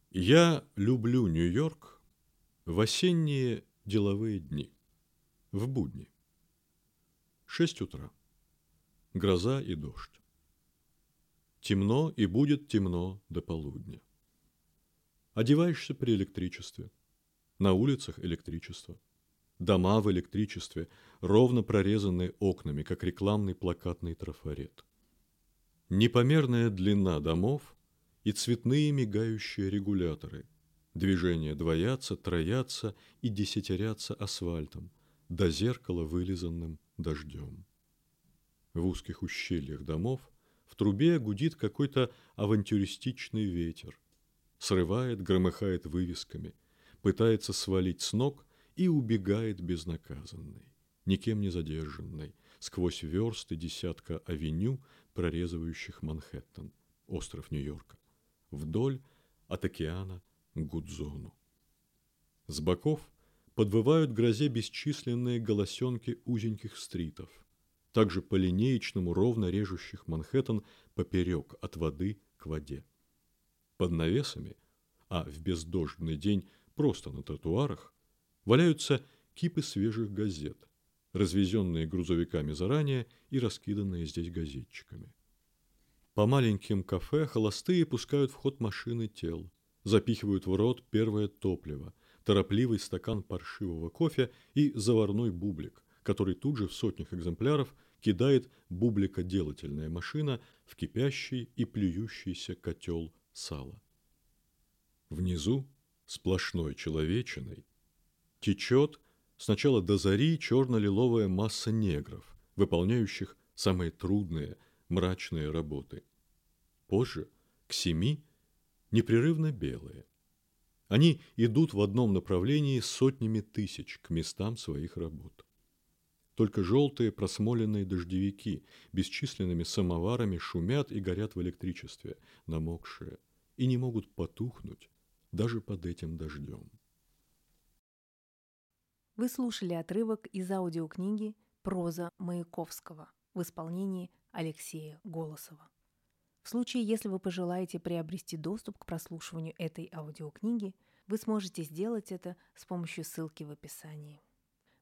Я люблю Нью-Йорк в осенние деловые дни, в будни. 6 утра. Гроза и дождь. Темно и будет темно до полудня. Одеваешься при электричестве. На улицах электричество. Дома в электричестве, ровно прорезанные окнами, как рекламный плакатный трафарет. Непомерная длина домов и цветные мигающие регуляторы. Движения двоятся, троятся и десятерятся асфальтом, до зеркала, вылизанным дождем. В узких ущельях домов в трубе гудит какой-то авантюристичный ветер. Срывает, громыхает вывесками, пытается свалить с ног и убегает безнаказанный, никем не задержанный, сквозь версты десятка авеню, прорезывающих Манхэттен, остров Нью-Йорка, вдоль от океана к Гудзону. С боков подвывают грозе бесчисленные голосенки узеньких стритов, также по линеечному ровно режущих Манхэттен поперек от воды к воде. Под навесами, а в бездождный день просто на тротуарах, валяются кипы свежих газет, развезенные грузовиками заранее и раскиданные здесь газетчиками. По маленьким кафе холостые пускают в ход машины тел, запихивают в рот первое топливо, торопливый стакан паршивого кофе и заварной бублик, который тут же в сотнях экземпляров кидает бубликоделательная машина в кипящий и плюющийся котел сала. Внизу, сплошной человечиной, течет сначала до зари черно-лиловая масса негров, выполняющих самые трудные, мрачные работы. Позже, к 7, непрерывно белые. Они идут в одном направлении сотнями тысяч к местам своих работ. Только желтые просмоленные дождевики бесчисленными самоварами шумят и горят в электричестве, намокшие, и не могут потухнуть даже под этим дождем. Вы слушали отрывок из аудиокниги «Проза Маяковского» в исполнении Алексея Голосова. В случае, если вы пожелаете приобрести доступ к прослушиванию этой аудиокниги, вы сможете сделать это с помощью ссылки в описании.